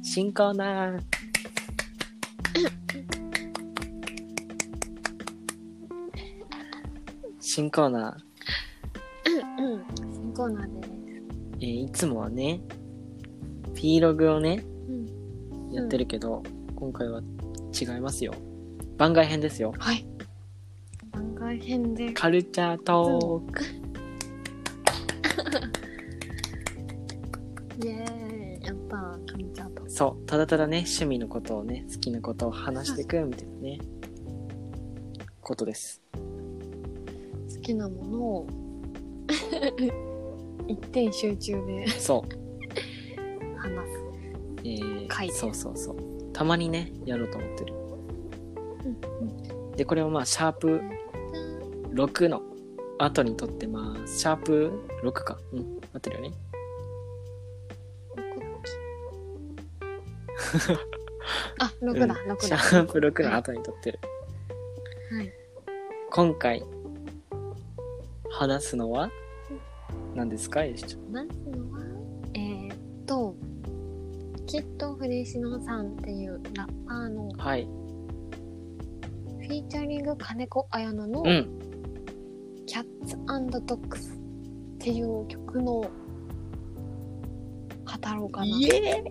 新コーナー。新コーナ新コーナーです。 ー。いつもはね、Vlog をね、やってるけど、今回は違いますよ。番外編ですよ。 はい。番外編で。 カルチャートーク。 イエーイ、やったー、カルチャートーク。 そう、ただただね、趣味のことをね、好きなことを話していくみたいなね、ことです。 好きなものを一点集中でそう話す。回でそうそうそう。たまにね、やろうと思ってる。で、これをまあ、シャープ6の後に撮ってます。シャープ6か。合ってるよね。 あ、6だ、6だ。 シャープ6の後に撮ってる。 はい。 今回、話すのは何ですか、よしちゃん。 話すのは、キッドフレシノさんっていうラッパーの、 はい。 フィーチャリング金子綾乃の、キャッツ&ドッグスっていう曲の語ろうかな。 イエ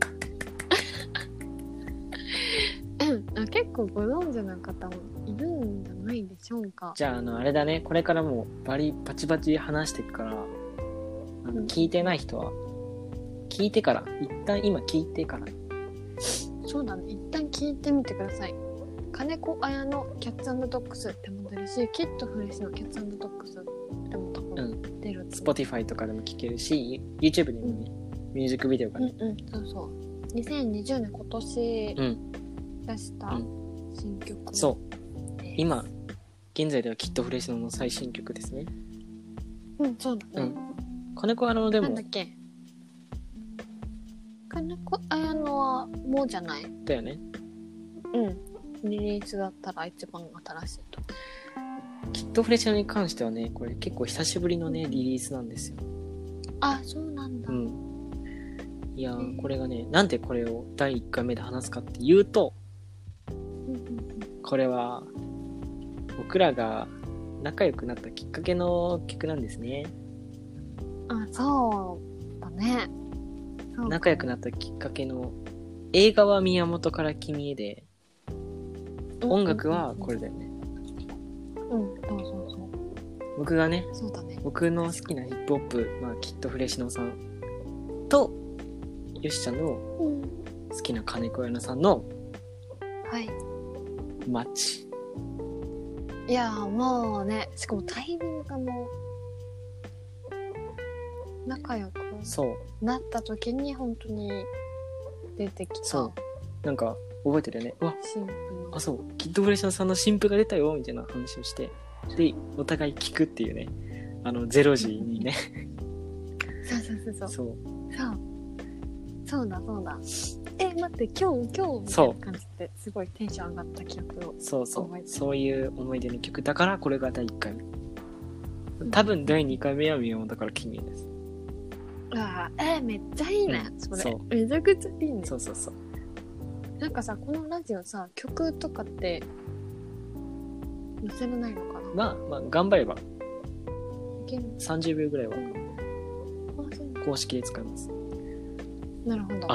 ーイ結構ご存知の方もいるんじゃないでしょうか。 じゃあ、あれだね、これからもバチバチ話していくから、聞いてない人は、聞いてから、一旦今聞いてから。 そうだね、一旦聞いてみてください。金子綾のキャッツ&ドッグスっても出るし、キッドフレッシュのキャッツ&ドッグスでも多分出る。 Spotify とかでも聞けるし、YouTube でもね、ミュージックビデオがね。 そうそう。2020年今年出した新曲、 そう。今、現在ではキッドフレッシュの最新曲ですね。 そうだね。 金子綾乃でも。 なんだっけ？金子綾乃はもうじゃない？ だよね。 リリースだったら一番新しいと。 キッドフレッシュに関してはね、これ結構久しぶりのね、リリースなんですよ。 あ、そうなんだ。 いやー、これがね、なんでこれを第1回目で話すかっていうと、これは僕らが仲良くなったきっかけの曲なんですね。 あ、そうだね。 仲良くなったきっかけの映画は宮本から君へで、音楽はこれだよね。 そう僕がね、 そうだね。 僕の好きなヒップホップ、キッドフレシノさんとよしちゃんの好きな金子綾乃さんのマッチ。 いやもうね、しかもタイミングがもう仲良くなった時に本当に出てきた。 そうなんか覚えてるよね。 新婦の。 あ、そう、キッドフレシノさんの新婦が出たよみたいな話をして、でお互い聞くっていうね、0時にね。 そうだ。待って、今日みたいな感じですごいテンション上がった記憶を。 そういう思い出の曲だから、これが第1回目。多分第2回目は宮本から君へです。 めっちゃいいね、それ。めちゃくちゃいいね。 そう。 なんかさ、このラジオさ、曲とかって載せれないのかな。 まあ頑張れば30秒ぐらいは公式で使います。 なるほど。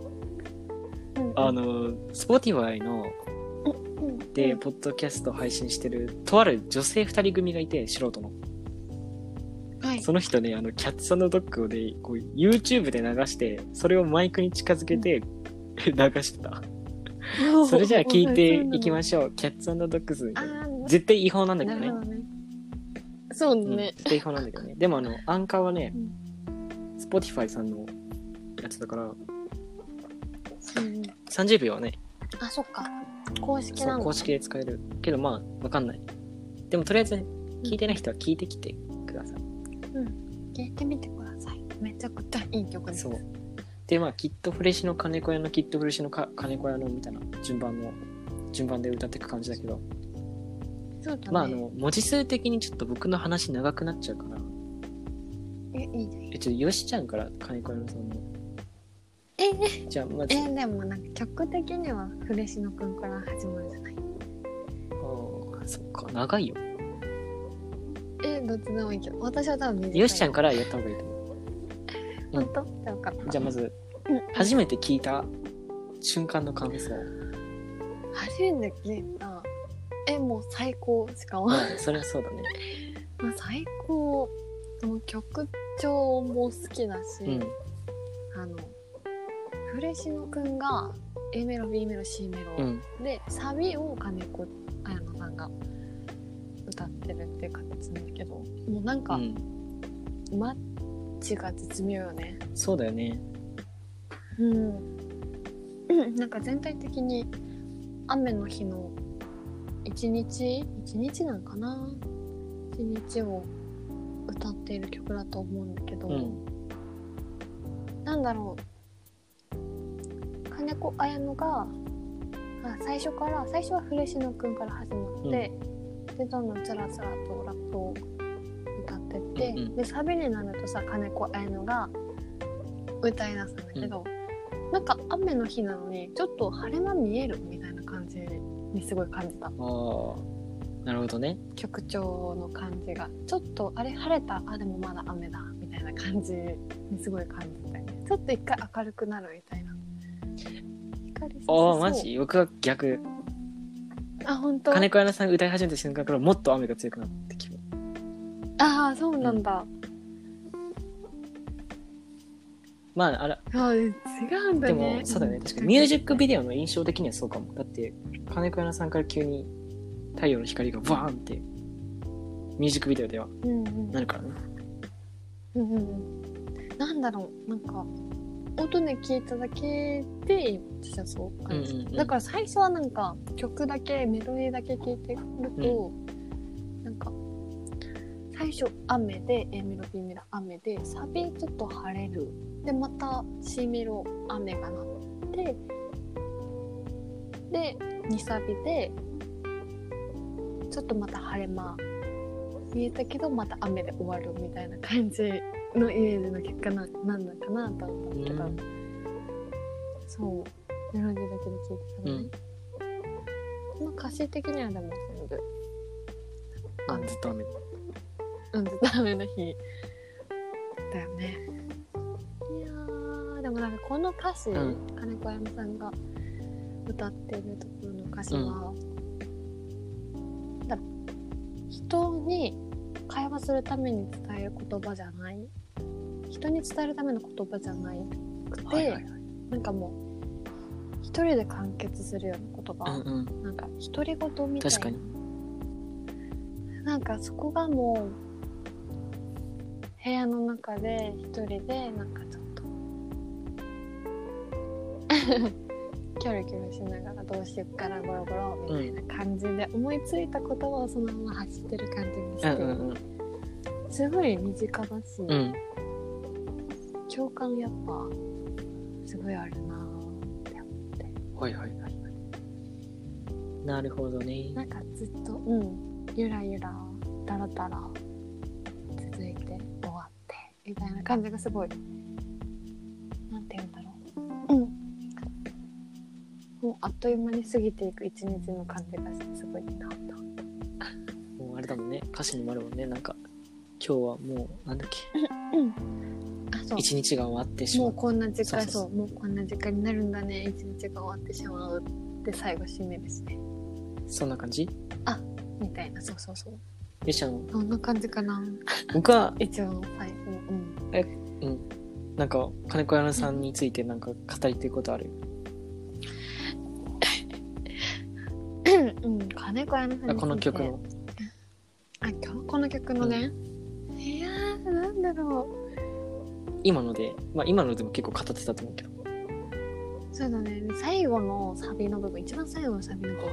Spotify のでポッドキャスト配信してるとある女性2人組がいて、素人の、その人ね、キャッツ&ドッグでこう YouTube で流して、それをマイクに近づけて流してた。それじゃあ聞いていきましょう。キャッツ&ドッグス。絶対違法なんだけどね。 そうね。 絶対違法なんだけどね。でもアンカーはね、Spotify さんのやつだから、30秒はね。 あ、そっか。公式なんだ。 公式で使える。けどわかんない。でもとりあえずね、聞いてない人は聞いてきてください。 聞いてみてください。めちゃくちゃいい曲です。 で、キッドフレッシュの金子屋のキッドフレッシュの金子屋のみたいな順番で歌っていく感じだけど。 そうだね。 文字数的にちょっと僕の話長くなっちゃうから。 いいね。 よしちゃんから金子屋のさんの。 じゃあまずでもなんか曲的にはフレシノくんから始まるじゃない。 そっか、長いよ。 どっちでもいいけど、私は多分短い。 よしちゃんからやった方がいいと思う。 本当？じゃあ分かった。 じゃあまず、初めて聞いた瞬間の感想。 初めて聞いた。もう最高しかも。 それはそうだね。 まあ最高。曲調も好きだし、フレシノくんが A メロ B メロ C メロ、でサビを金子綾乃さんが歌ってるっていう形なんだけど、もうなんか、マッチが絶妙よね。 そうだよね。 なんか全体的に雨の日の一日なんかな、一日を歌っている曲だと思うんだけど、なんだろう、金子綾乃が最初はフレシノくんから始まって、でどんどんつらつらとラップを歌ってって、でサビになるとさ、金子綾乃が歌い出すんだけど、なんか雨の日なのにちょっと晴れ間見えるみたいな感じにすごい感じた。 なるほどね。 曲調の感じがちょっと晴れた、でもまだ雨だみたいな感じにすごい感じたよね。ちょっと一回明るくなるみたいな。 マジ？僕は逆。 本当？ 金子綾乃さんが歌い始めた瞬間からもっと雨が強くなってきた。 そうなんだ。 まあ違うんだね。 でもそうだね、確かにミュージックビデオの印象的にはそうかも。だって金子綾乃さんから急に太陽の光がバーンってミュージックビデオではなるからね。 なんだろう、なんか音で聞いただけで私はそう感じた。だから最初はなんか曲だけメロディーだけ聞いてると、なんか最初雨で A メロ B メロ雨で、サビちょっと晴れる、でまた C メロ雨がなって、で2サビでちょっとまた晴れ間見えたけどまた雨で終わるみたいな感じのイメージの結果なんだかなと思ったけど、そうメロディーだけで聴いてたのね。歌詞的にはでも全部ずっと雨。 ずっと雨の日だよね。いやー、でもなんかこの歌詞、金子綾乃さんが歌ってるところの歌詞は、人に会話するために伝える言葉じゃない、人に伝えるための言葉じゃなくて、なんかもう一人で完結するような言葉、なんか独り言みたいな。 確かに。 なんかそこがもう部屋の中で一人でなんかちょっとキョロキョロしながらどうしよっかなゴロゴロみたいな感じで思いついた言葉をそのまま走ってる感じにして、すごい身近だし、共感やっぱすごいあるなって思って。 なるほどね。 なんかずっとゆらゆらだらだら続いて終わってみたいな感じがすごい、なんて言うんだろう、もうあっという間に過ぎていく一日の感じがしてすごいなと。 もうあれだもんね、歌詞にもあるもんね、なんか今日はもうなんだっけ一日が終わってしまう、 もうこんな時間、もうこんな時間になるんだね、一日が終わってしまうって最後締めですね。 そんな感じみたいな。そうよし、 そんな感じかな。 僕は一応最後なんか金子綾乃さんについてなんか語りたいことある？ 金子綾乃さんについてこの曲のこの曲のね、いやーなんだろう、今のでも結構語ってたと思うけど、 そうだね、最後のサビの部分、一番最後のサビの部分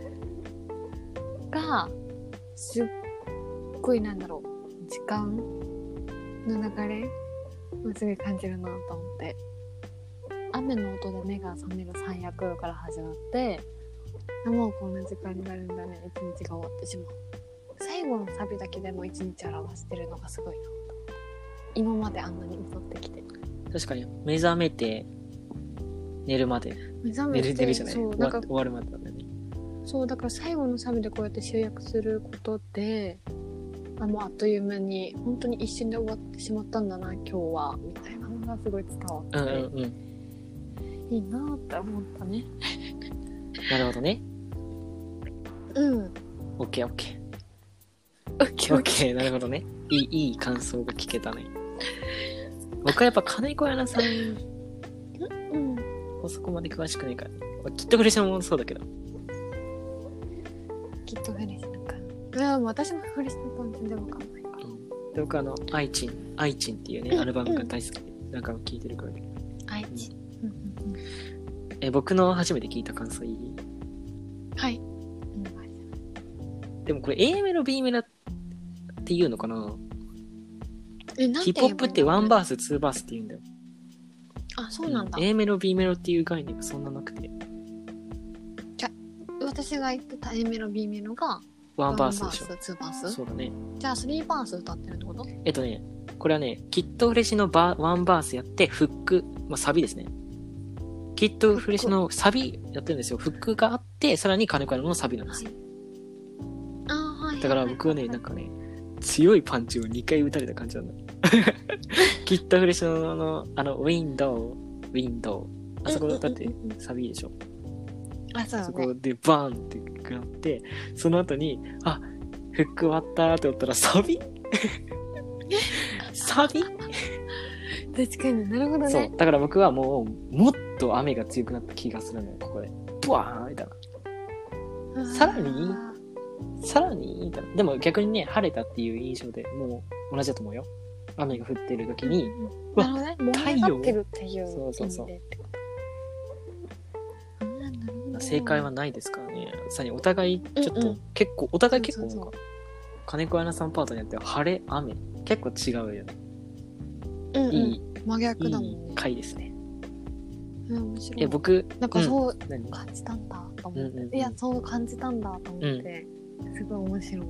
がすっごいなんだろう、時間の流れをすごい感じるなと思って、雨の音で目が覚める最悪から始まって、もうこんな時間になるんだね、一日が終わってしまう。最後のサビだけでも一日表してるのがすごいなと思って、今まであんなに歌ってきて。 確かに目覚めて寝るまで。 目覚めて寝るじゃない。 そう終わるまでだね。 そうだから最後のサビでこうやって集約することで、もうあっという間に本当に一瞬で終わってしまったんだな今日はみたいなのがすごい伝わって、いいなって思ったね。 なるほどね。オッケー。なるほどね。いい感想が聞けたね。僕はやっぱ金子屋さん、そこまで詳しくないからね。きっとフレッシュもそうだけど。 きっとフレッシュか。いや私もフレッシュの全然わかんないから。 で僕アイチンっていうねアルバムが大好きでなんか聴いてるからね。 アイチン。 僕の初めて聞いた感想いい？ はい。 でもこれ A メロ B メロっていうのかな？ヒップホップって1バース2バースって言うんだよ。 あ、そうなんだ。 A メロ B メロっていう概念がそんななくて。 じゃ私が言ってた A メロ B メロが 1バースでしょ。 2バース？ そうだね。 じゃあ3バース歌ってるってこと？ これはね、きっとフレッシュの1バースやってフック、サビですね。きっとフレッシュのサビやってるんですよ。フックがあってさらに金子のサビなんですよ。だから僕はね、なんかね、強いパンチを2回打たれた感じなんだ。きっとフレッシュのウィンドウ。あそこだってサビでしょ。 そうね。 そこでバーンってなって、その後に、フック終わったって思ったらサビ確かに、なるほどね。 そう。だから僕はもっと雨が強くなった気がするのよ、ここで。ブワーンみたいな。さらにみたいな。でも逆にね、晴れたっていう印象でもう同じだと思うよ。雨が降ってる時に、 なるほどね。 太陽ってるっていう。 そう。正解はないですからね。さらにお互いちょっと、お互い結構なんか、金子アナさんパートによっては晴れ、雨、結構違うよね。いい真逆だもんね。 いい回ですね。 面白い。 僕なんかそう感じたんだと思って、いやそう感じたんだと思って、すごい面白い。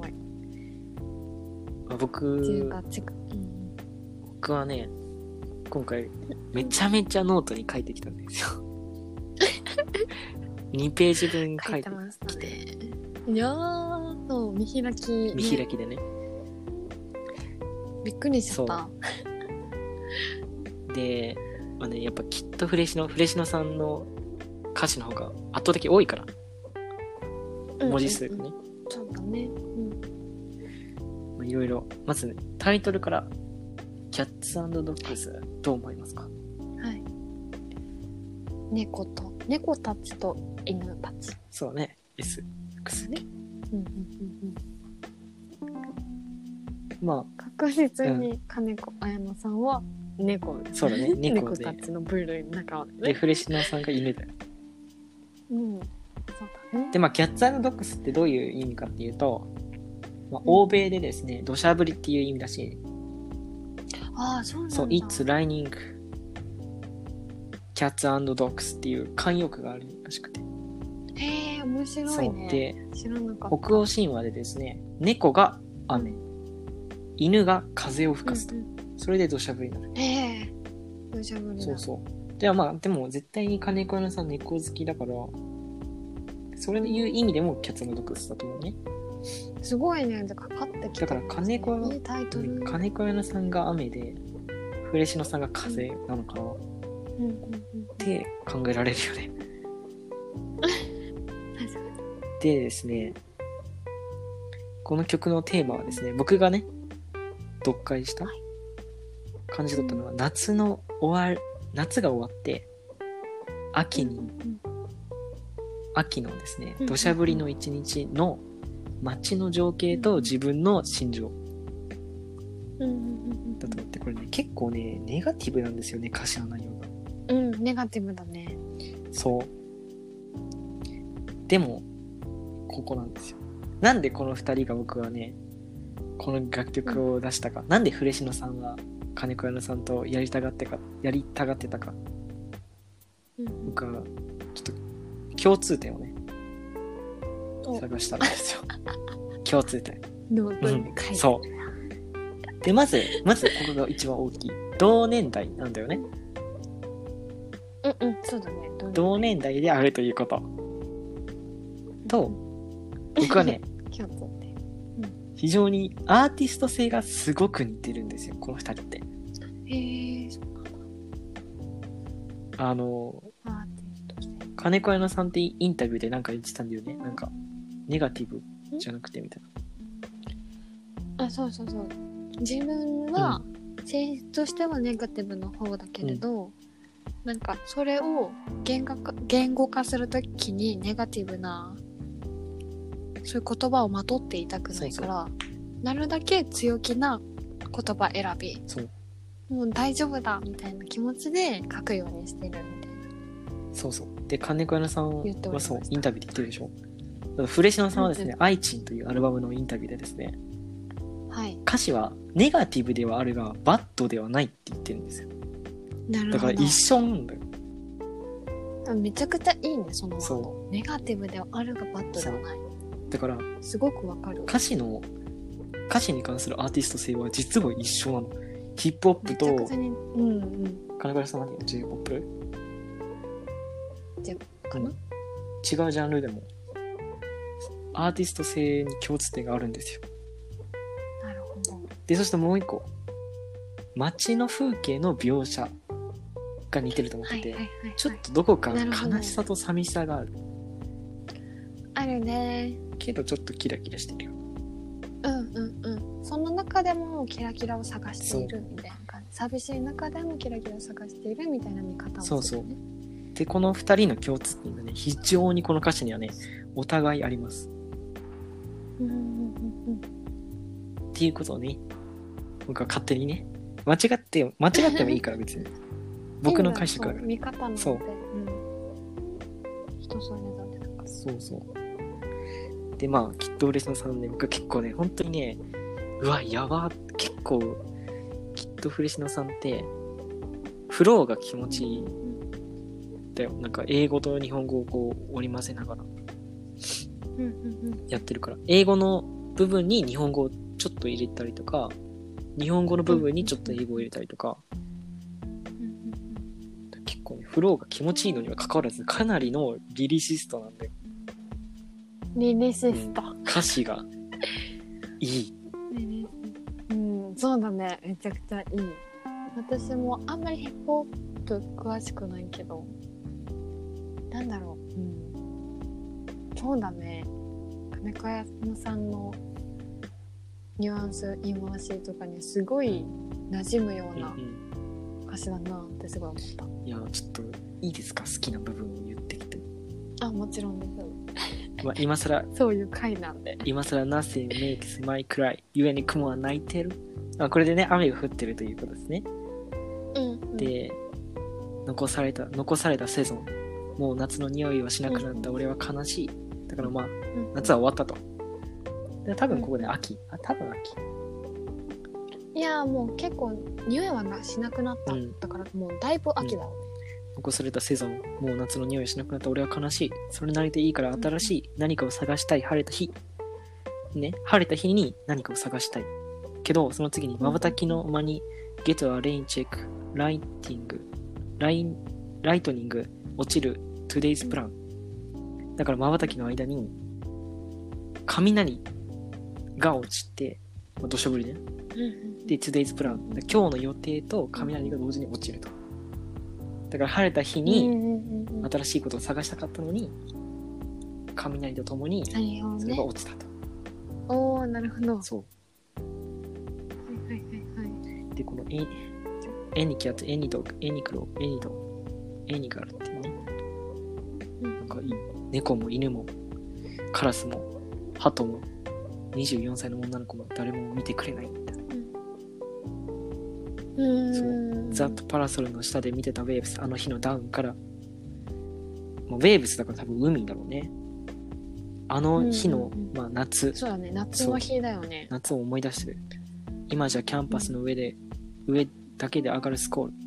僕はね、今回めちゃめちゃノートに書いてきたんですよ。2ページ分書いてましたね。 いやー、そう見開きでね。 びっくりしちゃった。 で、やっぱきっとフレシノさんの歌詞の方が圧倒的多いから、文字数がね。 そうだね。 いろいろ。まずね、タイトルからキャッツ&ドッグズどう思いますか？ はい。猫たちと犬たち。 そうね。S、X ね。 確実に金子綾乃さんは猫です。 そうだね。 猫たちの部類の中で、フレシノさんが犬だよ。 そうだね。 で、キャッツ&ドッグスってどういう意味かっていうと、欧米でですね、土砂降りっていう意味だし、 そうなんだ。 そう、It's raining cats and dogs っていう慣用句があるらしくて。 へー、面白いね。で、知らなかった。 北欧神話でですね、猫が雨、犬が風を吹かすと。それで土砂降りになる。 へー、土砂降り。 そう。でも絶対に金子屋さん猫好きだから、それでいう意味でもキャッツ&ドッグスだと思うね。 すごいね。かかってきた、 だから金子屋さんが雨でフレシノさんが風なのかなって考えられるよね。でですね、この曲のテーマはですね、僕がね読解した感じだったのは、夏が終わって秋のですね、土砂降りの一日の街の情景と自分の心情だと思って、これね結構ねネガティブなんですよね、歌詞の内容が。 ネガティブだね。 そう。でもここなんですよ。なんでこの2人が僕はねこの楽曲を出したか、なんでフレシノさんは金子屋さんとやりたがってたか、僕はちょっと共通点をね探したんですよ。共通点。 ノートに書いて、 そう。でまずここが一番大きい。同年代なんだよね。 そうだね。 同年代であるということと、僕はね共通点。 非常にアーティスト性がすごく似てるんですよ、この2人って。 へえ、そうなんだ。 アーティスト性。金子彩乃さんってインタビューでなんか言ってたんだよね。なんかネガティブじゃなくてみたいな。そう。自分は性質としてはネガティブの方だけれど、なんかそれを言語化するときにネガティブなそういう言葉をまとっていたくないから、なるだけ強気な言葉選び、もう大丈夫だみたいな気持ちで書くようにしてるみたいな。 そうで、金子彩乃さんはそうインタビューで言ってるでしょ。フレシノさんはですね、アイチンというアルバムのインタビューでですね、歌詞はネガティブではあるがバッドではないって言ってるんですよ。 なるほど。 だから一緒なんだよ。 めちゃくちゃいいね、そのワード。ネガティブではあるがバッドではない。 だからすごくわかる。 歌詞に関するアーティスト性は実は一緒なの。ヒップホップと金子彩さんは何 J-POP？ かな？ 違うジャンルでもアーティスト性に共通点があるんですよ。 なるほど。 で、そしてもう一個、街の風景の描写が似てると思ってて、ちょっとどこか悲しさと寂しさがある。 あるね。 けどちょっとキラキラしてるよ。 その中でもキラキラを探しているみたいな感じ。寂しい中でもキラキラを探しているみたいな見方をする、ね。そう。 で、この2人の共通点がね、非常にこの歌詞にはね、お互いあります。っていうことをね、僕は勝手にね、間違ってもいいから別に。僕の解釈だから。 見方なんで。 そう。 人それぞれだから。 そう。で、まあ、きっと嬉野さんね、僕は結構ね、本当にね、うわ、やばー、結構、きっと嬉野さんって、フローが気持ちいい。だよ。なんか、英語と日本語をこう、織り交ぜながら、やってるから。英語の部分に日本語をちょっと入れたりとか、日本語の部分にちょっと英語を入れたりとか、結構ね、フローが気持ちいいのにはかかわらず、かなりのリリシストなんだよ。 リリシスト。 歌詞がいい。 そうだね。めちゃくちゃいい。私もあんまりヒップホップ詳しくないけど、なんだろう。そうだね。金子彩乃さんのニュアンス、言い回しとかにすごい馴染むような歌詞だなってすごい思った。 いや、ちょっといいですか、好きな部分を言ってきて。 もちろんです。 今更そういう回なんで。 今更 Nothing makes my cry ゆえに雲は泣いてる。これでね、雨が降ってるということですね。で、残されたセゾン、もう夏の匂いはしなくなった俺は悲しい。だからまあ、夏は終わったと。で多分ここで秋。多分秋。 いやもう結構匂いはしなくなった。だからもうだいぶ秋だよね。 残されたセゾン、もう夏の匂いしなくなった俺は悲しい。それなりでいいから新しい何かを探したい。晴れた日。ね、晴れた日に何かを探したい。けど、その次に瞬きの間に、ゲットはレインチェック、ライトニング、落ちる、トゥデイズプラン。だから瞬きの間に、雷が落ちて、土砂降りね。で、トゥデイズプラン。今日の予定と雷が同時に落ちると。だから晴れた日に新しいことを探したかったのに、雷とともにそれが落ちたと。 おー、なるほど。 そう。で、このエニキャット、エニドッグ、エニクロ、エニド、エニガルっていうね。なんか猫も犬もカラスも鳩も24歳の女の子も誰も見てくれないみたいな。そう。ザッとパラソルの下で見てたウェーブス、あの日のダウンから、もうウェーブスだから多分海だろうね。あの日の、まあ夏。 そうだね、夏の日だよね。 夏を思い出してる。今じゃキャンパスの上だけで上がるスコール。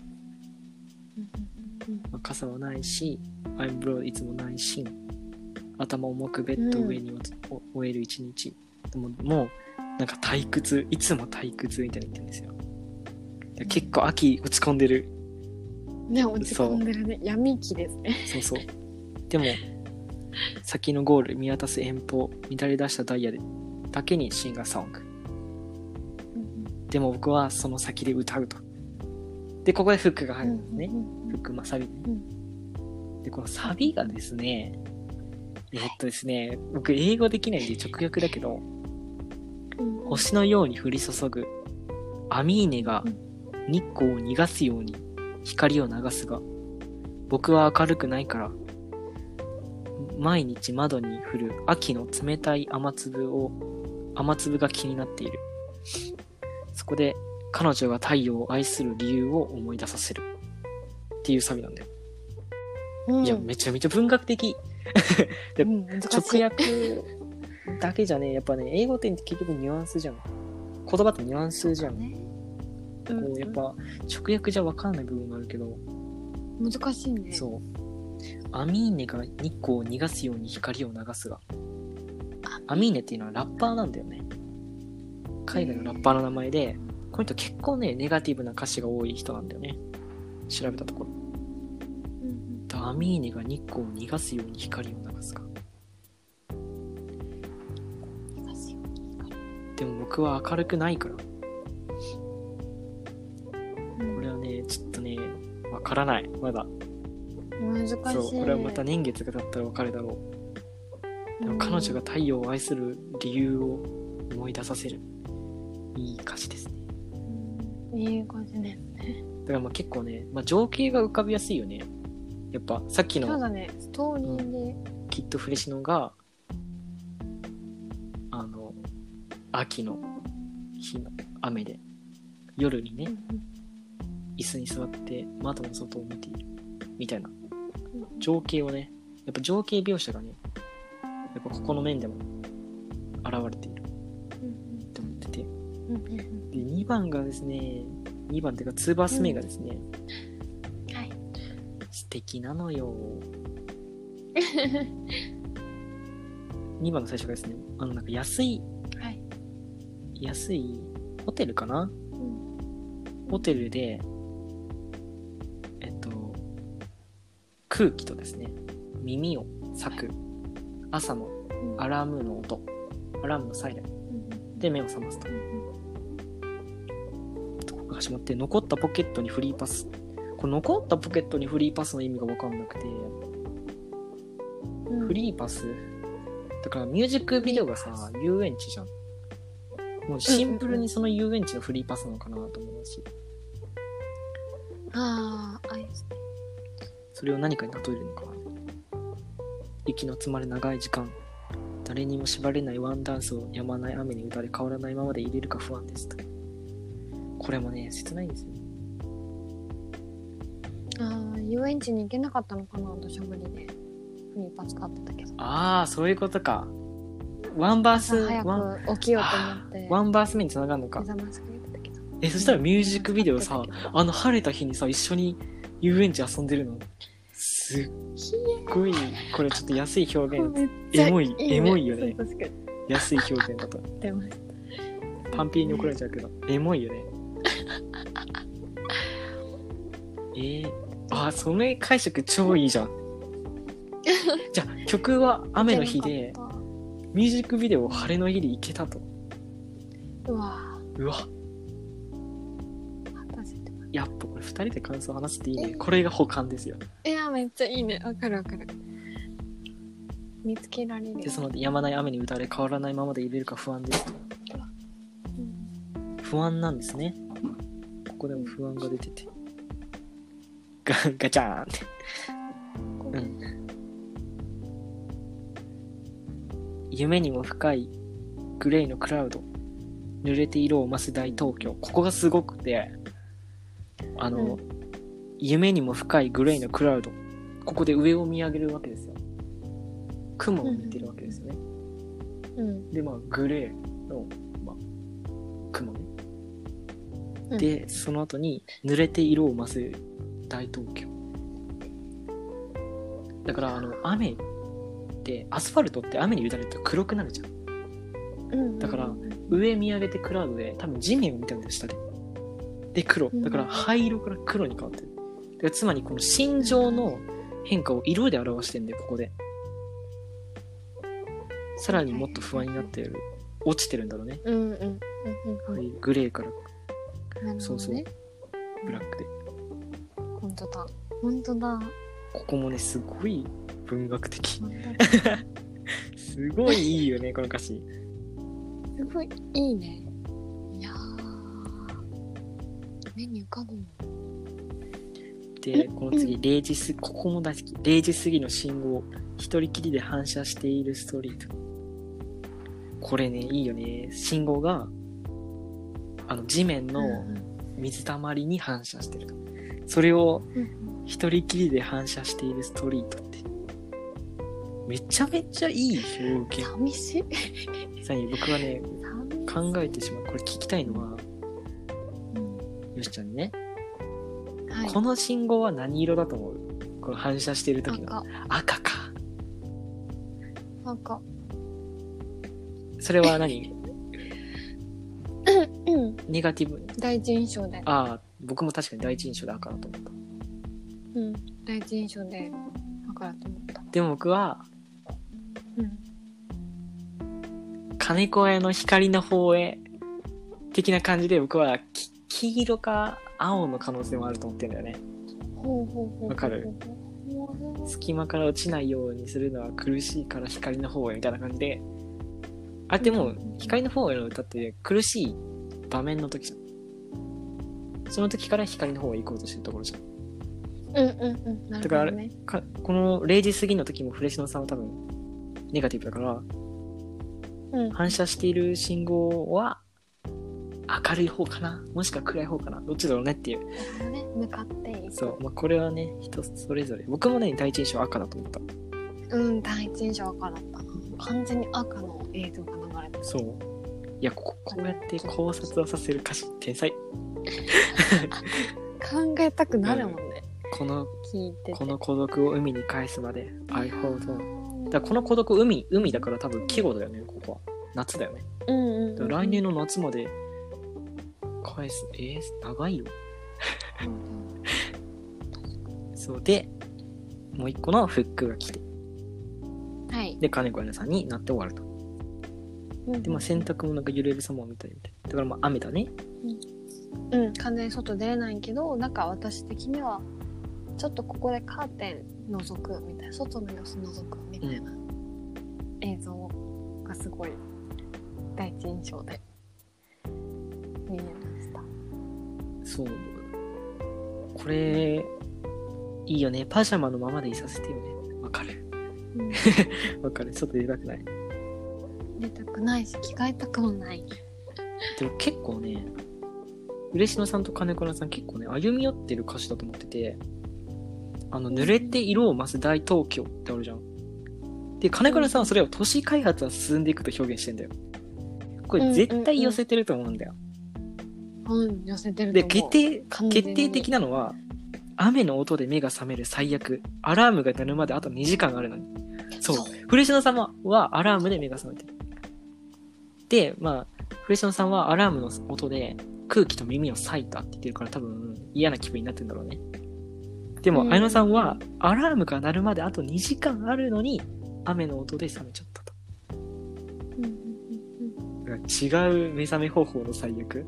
まあ、傘はないし、I'm broad いつもないし、頭重くベッド上に終える一日。でももうなんか退屈、いつも退屈みたいに言ってるんですよ。結構秋落ち込んでる。 ね、落ち込んでるね。闇期ですね。 そうそう。でも先のゴール見渡す遠方、乱れ出したダイヤでだけにシンガーソング。でも僕はその先で歌うと。でここでフックが入るんですね。フック、サビね。でこのサビがですね、ですね、僕英語できないんで直訳だけど、星のように降り注ぐアミーネが日光を逃がすように光を流すが、僕は明るくないから毎日窓に降る秋の冷たい雨粒が気になっている。そこで彼女が太陽を愛する理由を思い出させるっていうサビなんだよ。いや、めちゃめちゃ文学的。で、直訳だけじゃね、やっぱね、英語って結局ニュアンスじゃん。言葉ってニュアンスじゃん。こうやっぱ直訳じゃ分かんない部分があるけど、 難しいね。 そう。アミーネが日光を逃がすように光を流すが、アミーネっていうのはラッパーなんだよね。海外のラッパーの名前で、この人結構ねネガティブな歌詞が多い人なんだよね。調べたところ、アミーネが日光を逃がすように光を流すが、でも僕は明るくないから、これはねちょっとねわからない、まだ難しい。 そう、これはまた年月が経ったらわかるだろう。でも彼女が太陽を愛する理由を思い出させる、いい歌詞ですね。 いい感じですね。 だから結構ね、情景が浮かびやすいよね。やっぱさっきのそうだね、ストーリーで、 きっとフレシノが秋の日の雨で夜にね、椅子に座って窓の外を見ているみたいな情景をね、やっぱ情景描写がね、やっぱここの面でも現れているって思ってて、で2番がですね、2番っていうか2バース目がですね、 はい、 素敵なのよ。2番の最初がですね、なんか安いホテルかな、ホテルで空気とですね、耳を裂く朝のアラームの音、アラームのサイレンで目を覚ますと、とこが始まって、残ったポケットにフリーパス。この残ったポケットにフリーパスの意味が分かんなくて、フリーパスだからミュージックビデオがさ、遊園地じゃん。もうシンプルにその遊園地のフリーパスなのかなと思うし、それを何かに例えるのかな。息の詰まる長い時間、誰にも縛れないワンダンスを止まない雨に打たれ変わらないままで入れるか不安ですと。これもね切ないんですよ。 遊園地に行けなかったのかな、土砂降りでフリーパス買ってたけど。 そういうことか。ワンバース早く起きようと思ってワンバース目に繋がるのか。そしたらミュージックビデオさ、晴れた日にさ一緒に遊園地遊んでるのすっごい、これちょっと安い表現、エモいよね。安い表現だとパンピーに怒られちゃうけどエモいよね。その解釈超いいじゃん。じゃあ曲は雨の日でミュージックビデオを晴れの日で行けたと。 うわやっぱこれ2人で感想を話していいね。これが補完ですよ。 いやめっちゃいいね。わかる見つけられる。 でその止まない雨に打たれ変わらないままで入れるか不安ですと、不安なんですね。ここでも不安が出ててガチャーンって夢にも深いグレーのクラウド、濡れて色を増す大東京。ここがすごくて、夢にも深いグレーのクラウド、ここで上を見上げるわけですよ。雲を見てるわけですよね。でグレーの、雲ね、でその後に濡れて色を増す大東京だから、雨ってアスファルトって雨に打たれると黒くなるじゃん。だから上見上げてクラウドで多分地面を見たんだよ、下で。で黒だから灰色から黒に変わってる。 でつまりこの心情の変化を色で表してるんだよ、ここで。さらにもっと不安になってる、落ちてるんだろうね。グレーから、そうそう、ブラックで。 本当だ、本当だ。 ここもね、すごい文学的。すごいいいよね、この歌詞。 すごいいいね。いや目に浮かぶもん。 で、この次、0時過ぎ、ここも大好き。0時過ぎの信号、一人きりで反射しているストリート。これね、いいよね。信号が、地面の水たまりに反射してる。それを、一人きりで反射しているストリートって。めちゃめちゃいい表現。 寂しい。 さらに僕はね、考えてしまう。これ聞きたいのは、よしちゃんにね、はい、この信号は何色だと思う？この反射している時の。赤か。 赤。 それは何？ネガティブ。 第一印象で。 ああ、僕も確かに第一印象で赤だと思った。 第一印象で赤だと思った。 でも僕は、金子屋の光の方へ的な感じで僕は黄色か青の可能性もあると思ってるんだよね。わかる？隙間から落ちないようにするのは苦しいから光の方へみたいな感じで。あ、でも光の方への歌って苦しい場面の時じゃん。その時から光の方へ行こうとしてるところじゃん。 なるほどね。 だからこの0時過ぎの時もフレシノさんは多分ネガティブだから、反射している信号は明るい方かな、もしくは暗い方かな、どっちだろうねっていう。 向かっていい。 そう、これはね、人それぞれ。僕もね、第一印象赤だと思った。 第一印象赤だったな。完全に赤の映像が流れてる。 そう。いや、こうやって考察をさせる歌詞、天才。 考えたくなるもんね。 この孤独を海に返すまで I hold on。 だからこの孤独海だから多分季語だよね、ここは夏だよね。だから来年の夏まで返す。長いよ。そうで、もう一個のフックが来て、 はい、 で金子屋さんになって終わると。で、洗濯もなんか揺れる様を見たりみたい。だから雨だね。 完全に外出れないけど、なんか私的にはちょっとここでカーテン覗くみたいな、外の様子覗くみたいな映像がすごい第一印象で見えました。 そう、これいいよね。パジャマのままでいさせてよね。わかる。わかる。外出たくない。 出たくないし着替えたくもない。 でも結構ね、嬉野さんと金子さん結構ね、歩み寄ってる歌詞だと思ってて、濡れて色を増す大東京ってあるじゃん。で、金子さんはそれを都市開発が進んでいくと表現してんだよ。これ絶対寄せてると思うんだよ。 寄せてると思う。 で、決定的なのは、雨の音で目が覚める最悪。アラームが鳴るまであと2時間あるのに。そう。フレシノ様はアラームで目が覚めてる。で、フレシノさんはアラームの音で空気と耳を裂いたって言ってるから多分嫌な気分になってるんだろうね。でも、綾野さんはアラームが鳴るまであと2時間あるのに雨の音で覚めちゃったと。違う目覚め方法の最悪。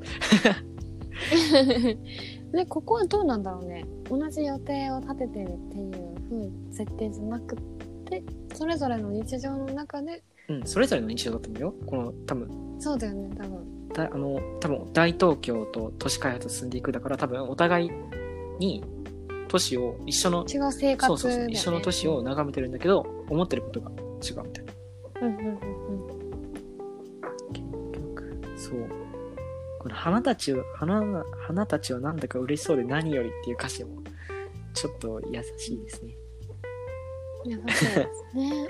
で、ここはどうなんだろうね。同じ予定を立ててるっていう風設定じゃなくて、それぞれの日常の中で、 それぞれの日常だったんだよ。この多分。 そうだよね、 多分大東京と都市開発進んでいくだから、多分お互いに都市を一緒の違う生活で、ね、 そう一緒の都市を眺めてるんだけど、思ってることが違うみたいな。結局そうこの花たちはなんだか嬉しそうで何よりっていう歌詞もちょっと優しいですね。 優しいですね。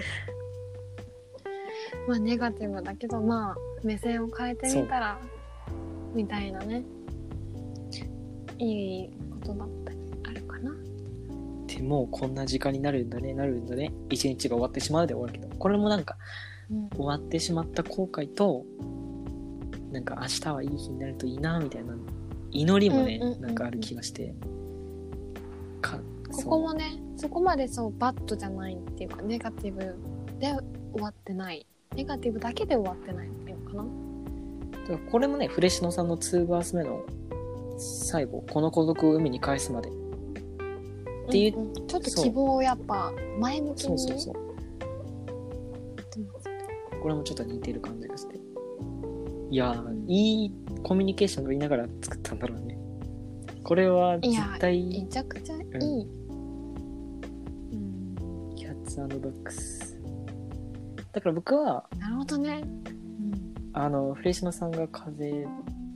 ネガティブだけど目線を変えてみたらみたいなね、いいことだったりあるかな。 でもこんな時間になるんだね一日が終わってしまうで終わるけど、これもなんか、終わってしまった後悔となんか明日はいい日になるといいなみたいな祈りもね、なんかある気がして、 ここもねそこまでそうバッドじゃないっていうかネガティブで終わってない、ネガティブだけで終わってないっていうのかな。 だからこれもねフレシノさんの2バース目の最後、この孤独を海に返すまでっていう、 ちょっと希望をやっぱ前向きにそうこれもちょっと似てる感じがして、いやいいコミュニケーションが言いながら作ったんだろうね。これは絶対めちゃくちゃいい、 キャッツ&ドッグスだから僕はなるほどね、 フレシノさんが風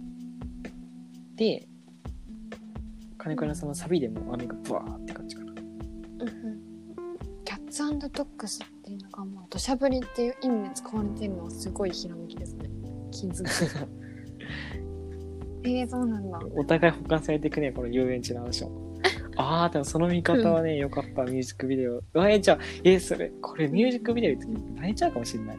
で金子さんのサビでも雨がブワーって感じかな。 キャッツ&ドッグスっていうのがもう土砂降りっていう意味で使われているのはすごいひらめきですね。気づくそうなんだ。 お互い保管されていくね、この遊園地の話も。でもその見方はね、よかった。ミュージックビデオ。じゃあそれこれミュージックビデオって泣いちゃうかもしれない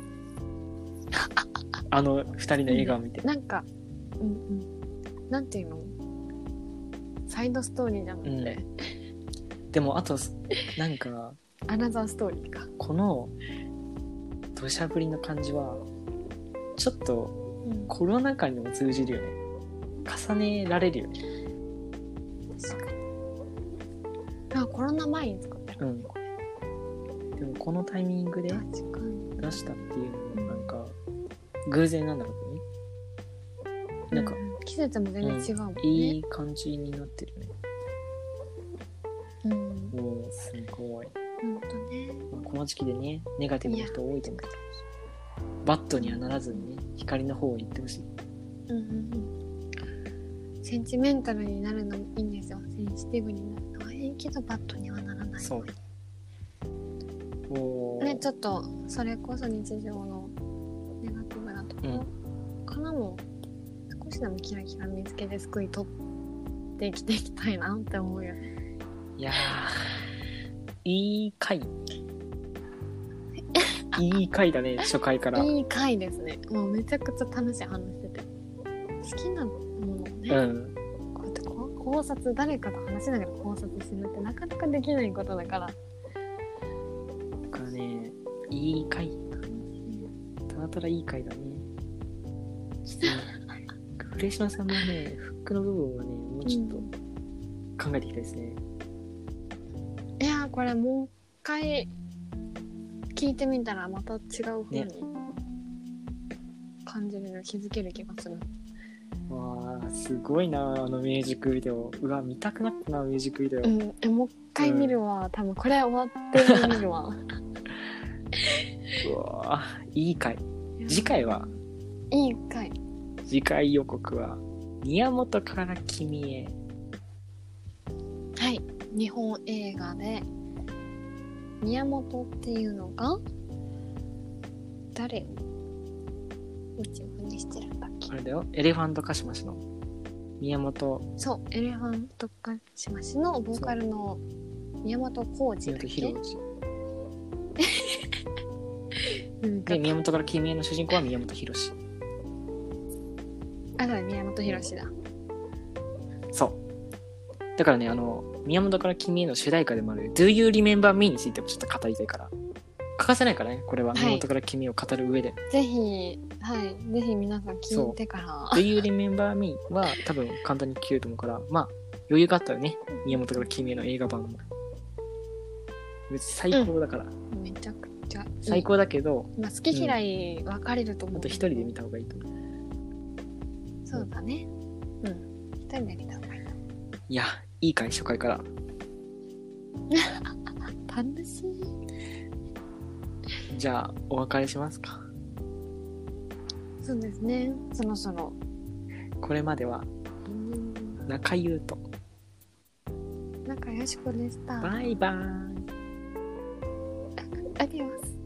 。2人の笑顔見て、 なんかなんていうの、サイドストーリーじゃなくて、 でもあとなんかアナザーストーリーか。この土砂降りの感じはちょっとコロナ禍にも通じるよね。重ねられるよね。 確かに。コロナ前に作ってる、 でもこのタイミングで出したっていうのもなんか偶然なんだろうね。なんか季節も全然違うもんね。 いい感じになってるね。もうすごい。 本当ね。 この時期でね、ネガティブな人多いと思うから、バットにはならずにね、光の方を行ってほしい。 センチメンタルになるのもいいんですよ。センシティブになるのはいいけど、バットにはならない。 そう。 ね、ちょっとそれこそ日常のネガティブなところからも、少しでもキラキラ見つけて救い取って生きていきたいなって思うよね。 いやー、いい回いい回だね。初回からいい回ですね。もうめちゃくちゃ楽しい話してて、好きなものをね、こうやって考察、誰かと話しながら考察するってなかなかできないことだから。だからね、いい回。ただただいい回だね。フレシノさんのね、フックの部分はね、もうちょっと考えていきたいですね。 いや、これもう一回聞いてみたらまた違う風に感じる、気づける気がする。 わー、すごいな、ミュージックビデオ。うわ、見たくなったな、ミュージックビデオ。 もう一回見るわ、多分これ終わって見るわ。 うわー、いい回。次回はいい回。 次回予告は宮本から君へ。 はい、日本映画で宮本っていうのが誰をモチーフにしてるんだっけ。 あれだよ、エレファントカシマシの宮本。 そう、エレファントカシマシのボーカルの宮本浩次だっけ。 宮本浩次で、宮本から君への主人公は宮本浩次。 宮本浩次だ。 そうだからね、宮本から君への主題歌でもある Do You Remember Me についてもちょっと語りたいから、欠かせないからね、これは、宮本から君を語る上で。 ぜひ皆さん聞いてから。 Do You Remember Me は多分簡単に聞けると思うから、まあ余裕があったらね、宮本から君への映画版も別に最高だから、 めちゃくちゃいい。 最高だけど、 好き嫌い分かれると思う。 あと一人で見た方がいいと思う。 そうだね。一人で見た方がいい。 いや、いい回、初回から。 楽しい。 じゃあ、お別れしますか。 そうですね。そろそろ。 これまでは、中優と仲良しこでした。 バイバイ。 アディオス。